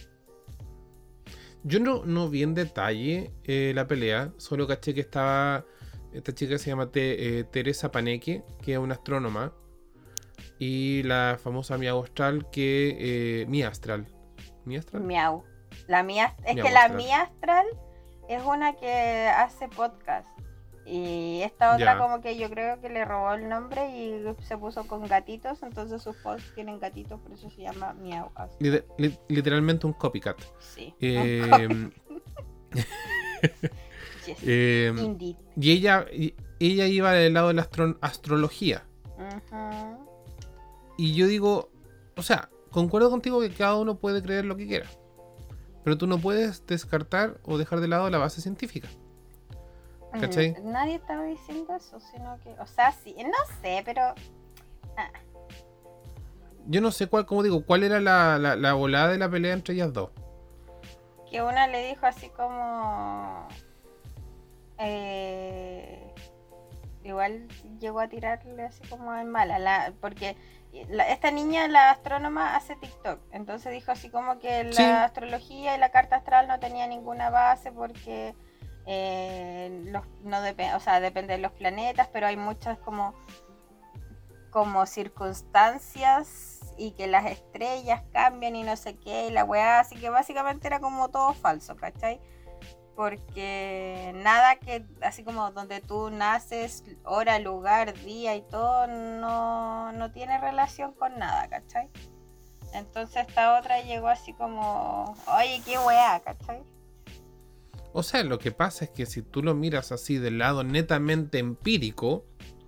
yo no vi en detalle la pelea, solo caché que estaba esta chica que se llama Teresa Paneque, que es una astrónoma, y la famosa Mia Astral, Mia Astral. ¿Mia Astral? Miau. La mía, es Miau que la astral. mía astral es una que hace podcast. Y esta otra Ya. como que yo creo que le robó el nombre y se puso con gatitos, entonces sus posts tienen gatitos, por eso se llama Miau Astral. Literalmente un copycat. Sí. Eh, Yes. eh, Indeed. y ella iba del lado de la astrología. Ujú. Y yo digo, o sea, concuerdo contigo que cada uno puede creer lo que quiera. Pero tú no puedes descartar o dejar de lado la base científica. ¿Cachai? Nadie estaba diciendo eso, sino que, o sea, sí, no sé, pero Yo no sé cuál era la volada de la pelea entre ellas dos. que una le dijo así como igual llegó a tirarle así como en mala, porque esta niña, la astrónoma, hace TikTok, entonces dijo así como que la Sí. astrología y la carta astral no tenía ninguna base porque no o sea, depende de los planetas, pero hay muchas como circunstancias y que las estrellas cambian y no sé qué, y la weá, así que básicamente era como todo falso, ¿cachai? Porque nada que, así como donde tú naces, hora, lugar, día y todo, no tiene relación con nada, ¿cachai? Entonces esta otra llegó así como, oye, qué weá, ¿cachai? O sea, lo que pasa es que si tú lo miras así del lado netamente empírico,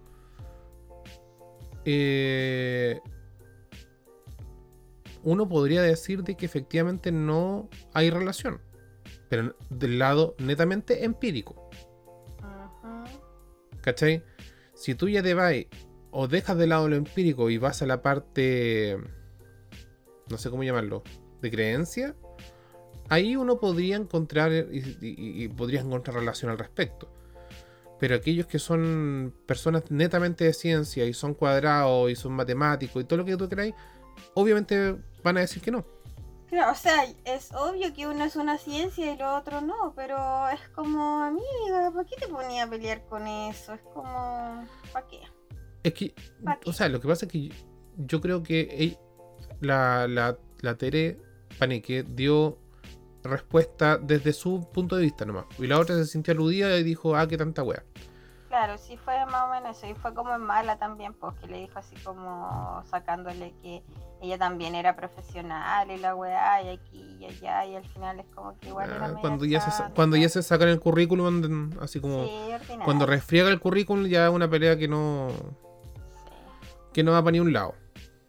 uno podría decir de que efectivamente no hay relación. Pero del lado netamente empírico. Ujú. ¿Cachai? Si tú ya te vas o dejas de lado lo empírico y vas a la parte, no sé cómo llamarlo, de creencia, ahí uno podría encontrar y podría encontrar relación al respecto. Pero aquellos que son personas netamente de ciencia y son cuadrados y son matemáticos y todo lo que tú queráis, obviamente van a decir que no. Claro, o sea, es obvio que uno es una ciencia y lo otro no, pero es como, amiga, ¿por qué te ponía a pelear con eso? Es como, ¿para qué? Es que, ¿Pa qué? o sea, lo que pasa es que yo creo que la Tere Paneque dio respuesta desde su punto de vista nomás. Y la otra se sintió aludida y dijo, qué tanta wea. Claro, sí fue más o menos eso, y fue como en mala también, porque le dijo así como sacándole que ella también era profesional y la weá, y aquí y allá, y al final es como que igual era media Cuando ya se sacan el currículum, así como sí, ordinaria. cuando refriega el currículum, ya es una pelea que no va para ni un lado.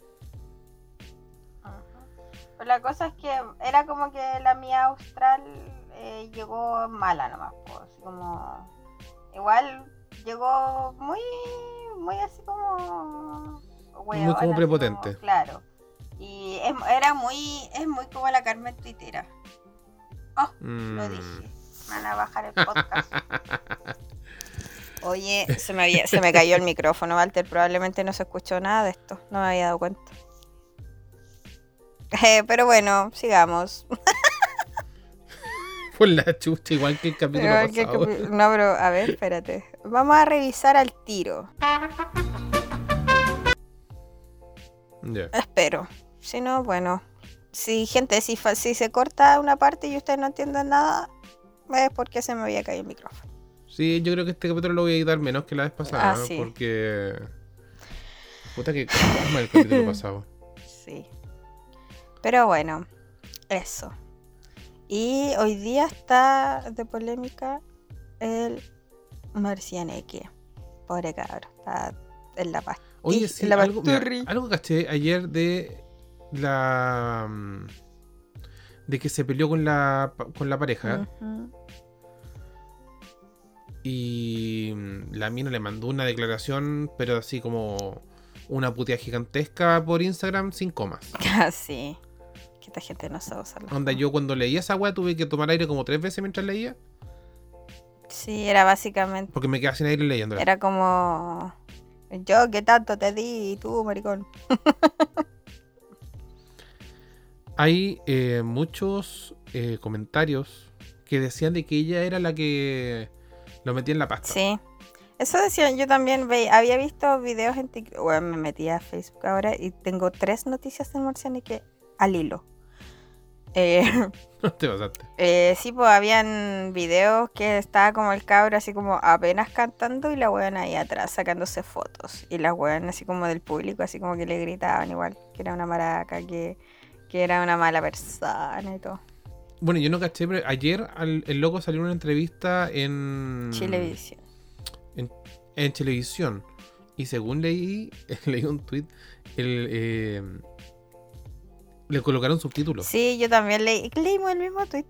Pues la cosa es que era como que la mía austral llegó mala nomás, pues, así como igual llegó muy así como Muy como así prepotente. Claro. Y es muy como la Carmen tuitera. Lo dije. Me van a bajar el podcast. Oye, se me cayó el micrófono, Walter. Probablemente no se escuchó nada de esto. No me había dado cuenta. Pero bueno, sigamos. Por la chucha, igual que el capítulo pasado. No, pero a ver, espérate. Vamos a revisar al tiro. Yeah. Espero. Si no, bueno. Si se corta una parte y ustedes no entienden nada, es porque se me había caído el micrófono. Sí, yo creo que este capítulo lo voy a editar menos que la vez pasada, sí. Porque... Puta que calma el capítulo pasado. Sí. Pero bueno, eso. Y hoy día está de polémica el Marcianeque. Pobre cabro, está en la paz. Oye, sí, algo caché ayer de que se peleó con la pareja. Uh-huh. Y la mina le mandó una declaración, pero así como una puteada gigantesca por Instagram sin comas. Sí. Que esta gente no sabe usarla. Onda, yo cuando leía esa weá tuve que tomar aire como 3 veces mientras leía. Sí, era básicamente. Porque me quedaba sin aire leyéndola. Era como... Yo, ¿qué tanto te di? Y tú, maricón. Hay muchos comentarios que decían de que ella era la que lo metía en la pasta. Sí. Eso decían, yo también había visto videos en TikTok. Bueno, me metí a Facebook ahora y tengo 3 noticias del Marcianeque al hilo. Te pasaste. Sí, pues habían videos que estaba como el cabro así como apenas cantando y la weona ahí atrás sacándose fotos. Y las weonas así como del público, así como que le gritaban igual, que era una maraca, que era una mala persona y todo. Bueno, yo no caché, pero ayer el loco salió en una entrevista en... Chilevisión. En televisión. Y según leí un tweet, le colocaron subtítulos. Sí, yo también leímos el mismo tweet.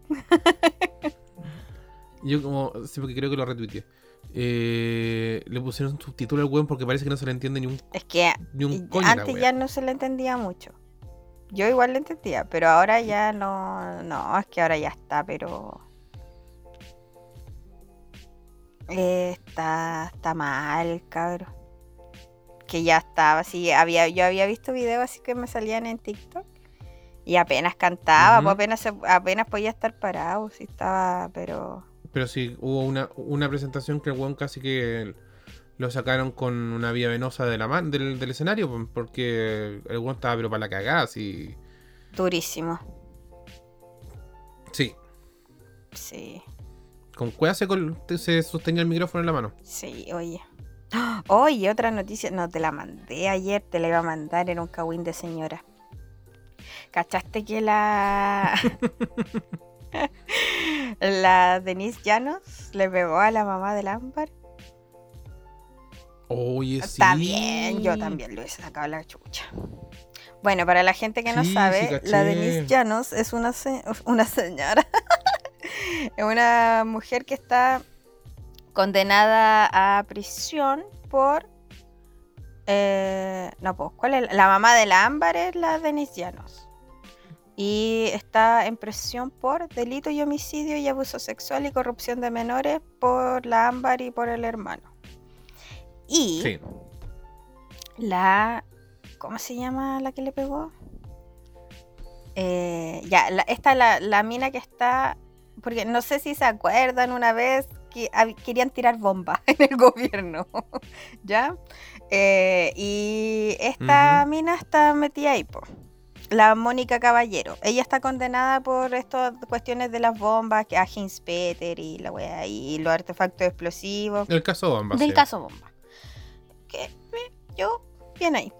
Yo como, sí, porque creo que lo retuiteé. Le pusieron subtítulos al weón porque parece que no se le entiende ni un coño. Antes ya no se le entendía mucho. Yo igual le entendía, pero ahora ya no, es que ahora ya está, pero... Está mal, cabrón. Que ya estaba así, yo había visto videos así que me salían en TikTok y apenas cantaba, Uh-huh. pues apenas podía estar parado, sí estaba, pero sí, hubo una presentación que el weón casi que lo sacaron con una vía venosa de del escenario, porque el weón estaba pero para la cagada, así. durísimo. Sí. Sí. Con cueva se sostenía el micrófono en la mano. Sí, oye. Oye, otra noticia, no te la mandé ayer, te la iba a mandar, era un cagüín de señora. ¿Cachaste que la Denise Llanos le pegó a la mamá del Ámbar? Oye, sí. Está bien, yo también lo hubiese sacado la chucha. Bueno, para la gente que no sabe, la Denise Llanos es una señora. Es una mujer que está condenada a prisión por... ¿cuál es? La mamá de la Ámbar es la Denise Llanos. y está en prisión por delito y homicidio y abuso sexual y corrupción de menores por la Ámbar y por el hermano. Y Sí. la... ¿Cómo se llama la que le pegó? La mina que está... Porque no sé si se acuerdan una vez que querían tirar bombas en el gobierno, ¿ya? Y esta mina está metida ahí, po. La Mónica Caballero. Ella está condenada por estas cuestiones de las bombas, que a Hinspeter y la wea y los artefactos explosivos. El caso Bomba. Del Sí. caso bomba. Que yo, bien ahí.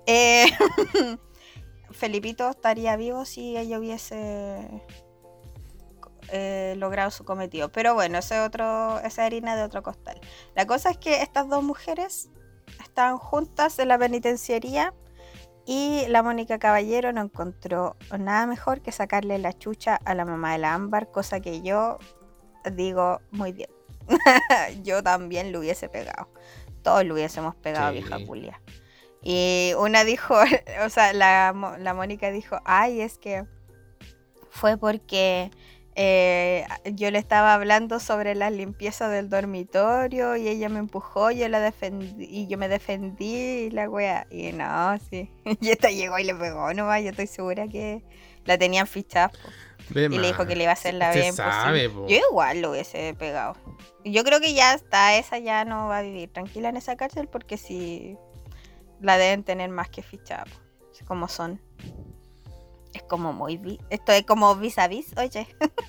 Felipito estaría vivo si ella hubiese logrado su cometido. Pero bueno, esa harina de otro costal. La cosa es que estas dos mujeres están juntas en la penitenciaría y la Mónica Caballero no encontró nada mejor que sacarle la chucha a la mamá de la Ámbar, cosa que yo digo muy bien. Yo también lo hubiese pegado. Todos lo hubiésemos pegado, Sí. vieja culia. Y una dijo, o sea, la Mónica dijo, ay, es que fue porque yo le estaba hablando sobre la limpieza del dormitorio y ella me empujó, yo la defendí y yo me defendí y la wea. Y no, sí. Y esta llegó y le pegó nomás, yo estoy segura que la tenían fichada. Ve Y le dijo más. que le iba a hacer la Se vida sabe, imposible. po. Yo igual lo hubiese pegado. Yo creo que ya está, esa ya no va a vivir tranquila en esa cárcel porque si la deben tener más que fichada, po. Así como son. Es como muy... Esto es como vis a vis, oye.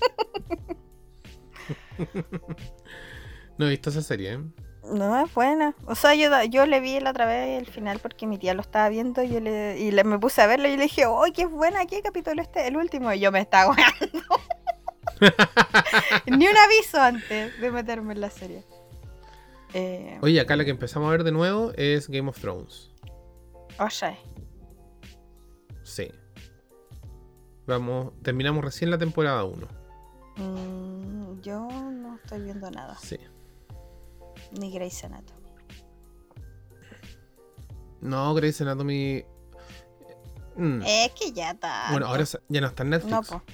No he visto esa serie, ¿eh? No, es buena. O sea, yo le vi la otra vez el final porque mi tía lo estaba viendo y me puse a verlo y le dije, ¡ay, qué buena! ¿Qué capítulo el último? Y yo me estaba weando. Ni un aviso antes de meterme en la serie. Oye, acá la que empezamos a ver de nuevo es Game of Thrones. Oye. Sí. Terminamos recién la temporada 1. Yo no estoy viendo nada. Sí. Ni Grey's Anatomy. No, Grey's Anatomy. Es que ya está. Bueno, ahora ya no está en Netflix. No, po.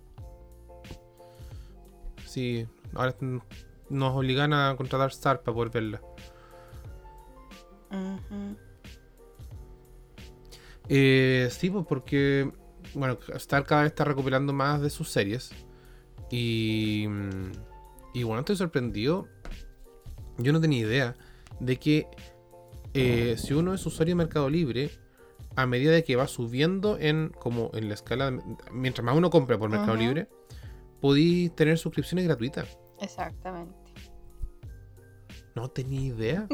Sí, ahora nos obligan a contratar Star para poder verla. Ujú. Sí, pues porque bueno, Star cada vez está recopilando más de sus series. Y bueno, estoy sorprendido. Yo no tenía idea de que si uno es usuario de Mercado Libre, a medida de que va subiendo como en la escala, mientras más uno compra por Mercado Ujú. Libre, podéis tener suscripciones gratuitas. Exactamente. No tenía idea.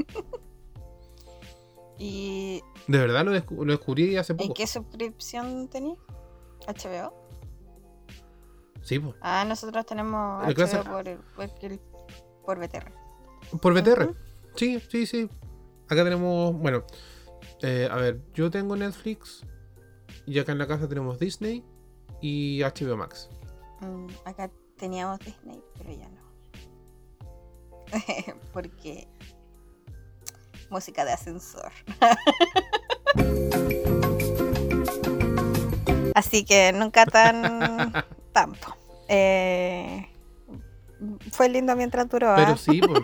¿Y De verdad lo descubrí hace en poco. qué suscripción tenías? ¿HBO? Sí, pues. Ah, nosotros tenemos Lo que pasa- HBO por BTR. Por BTR. Ujú. Sí. Acá tenemos, bueno, a ver, yo tengo Netflix y acá en la casa tenemos Disney y HBO Max. Acá teníamos Disney, pero ya no. Porque música de ascensor. Así que nunca tanto. Fue lindo mientras duró. Pero ¿ah? sí, pues.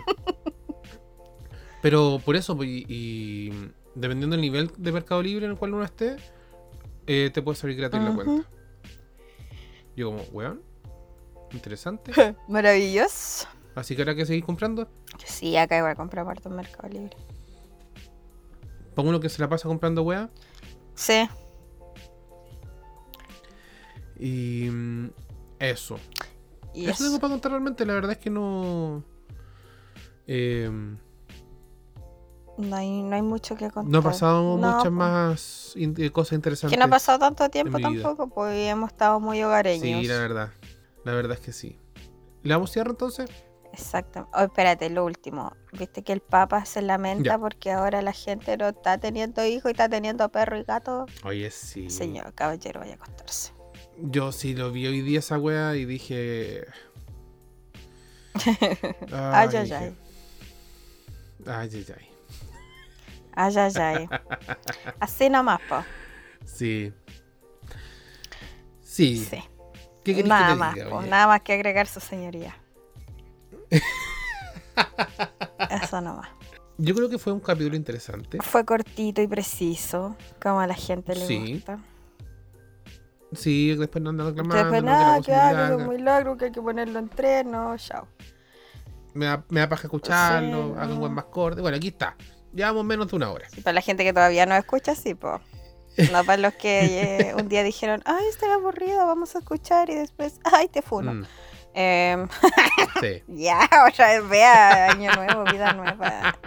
Pero por eso, pues, y dependiendo del nivel de Mercado Libre en el cual uno esté, te puede salir gratis la Ujú. cuenta. Yo como, weón, interesante. Maravilloso. Así que ahora que seguís comprando, Sí, acá igual compramos harto en Mercado Libre. para uno que se la pasa comprando weá. Sí. Y eso. Y Eso tengo para contar realmente, la verdad es que no... no hay mucho que contar. no ha pasado No, muchas po. más cosas interesantes. Que no ha pasado tanto tiempo en mi vida. tampoco, pues hemos estado muy hogareños. Sí, la verdad. La verdad es que sí. ¿Le damos cierre entonces? Exacto. Oh, espérate, lo último. Viste que el Papa se lamenta Ya. porque ahora la gente no está teniendo hijos y está teniendo perro y gato. Oye, sí. Señor caballero, vaya a acostarse. Yo sí lo vi hoy día esa wea y dije... Ay, ay, dije, ay. Ay, ay, ay. Ay, ay, ay. Así nomás, po. Sí. Sí. Sí. ¿Qué querés Nada que te más, diga? pues, Oye? nada más que agregar su señoría. Eso nomás. Yo creo que fue un capítulo interesante. Fue cortito y preciso, como a la gente le Sí. gusta. Sí, después no andan reclamando. Después no, que la nada, cosa es muy que es larga. muy largo, que hay que ponerlo en tren, no, chao. Me da paja escucharlo, Sí, hagan no. buen más corte. Bueno, aquí está. Llevamos menos de una hora. Sí, para la gente que todavía no escucha, sí, pues. No para los que un día dijeron, ay, estoy aburrido, vamos a escuchar, y después, ay, te funo. Mm, Em, sí. ya, otra vez, vea, año nuevo, vida nueva.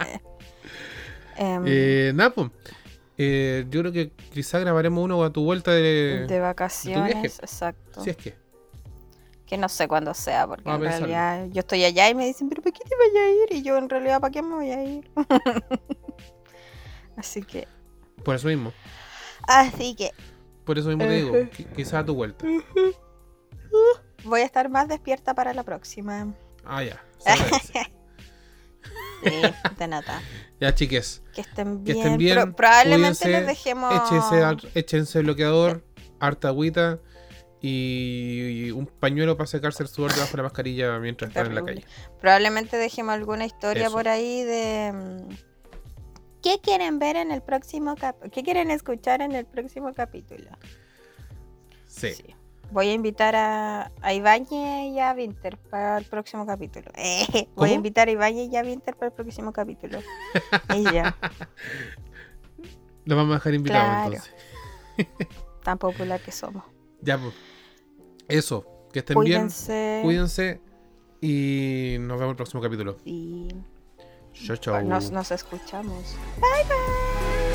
Nada, pues. Yo creo que quizá grabaremos uno a tu vuelta de De vacaciones, viaje. exacto. Si es que. Que no sé cuándo sea, porque Vamos en a pensarlo. realidad yo estoy allá y me dicen, pero ¿para qué te vayas a ir? Y yo en realidad, ¿para qué me voy a ir? Así que, Por eso mismo. Por eso mismo te digo. Quizá a tu vuelta. voy a estar más despierta para la próxima. Ah, ya. Se agradece. Sí, de nada. Ya, chiques. Que estén Que bien. estén bien. Probablemente cuídense, les dejemos. Échense bloqueador, harta agüita y un pañuelo para secarse el sudor debajo de la mascarilla mientras están en la Terrible. calle. Probablemente dejemos alguna historia Eso. por ahí de. ¿Qué quieren ver en el próximo ¿Qué quieren escuchar en el próximo capítulo? Sí. Sí. Voy a invitar a Ibañez y a Winter para el próximo capítulo. Voy ¿Cómo? a invitar a Ibañez y a Winter para el próximo capítulo. Y ya, Los vamos a dejar invitados Claro. entonces. tan popular que somos. Ya, pues. Eso. Que estén Cuídense. bien. Cuídense. Y nos vemos en el próximo capítulo. Y Chao, chao. nos escuchamos. Bye, bye.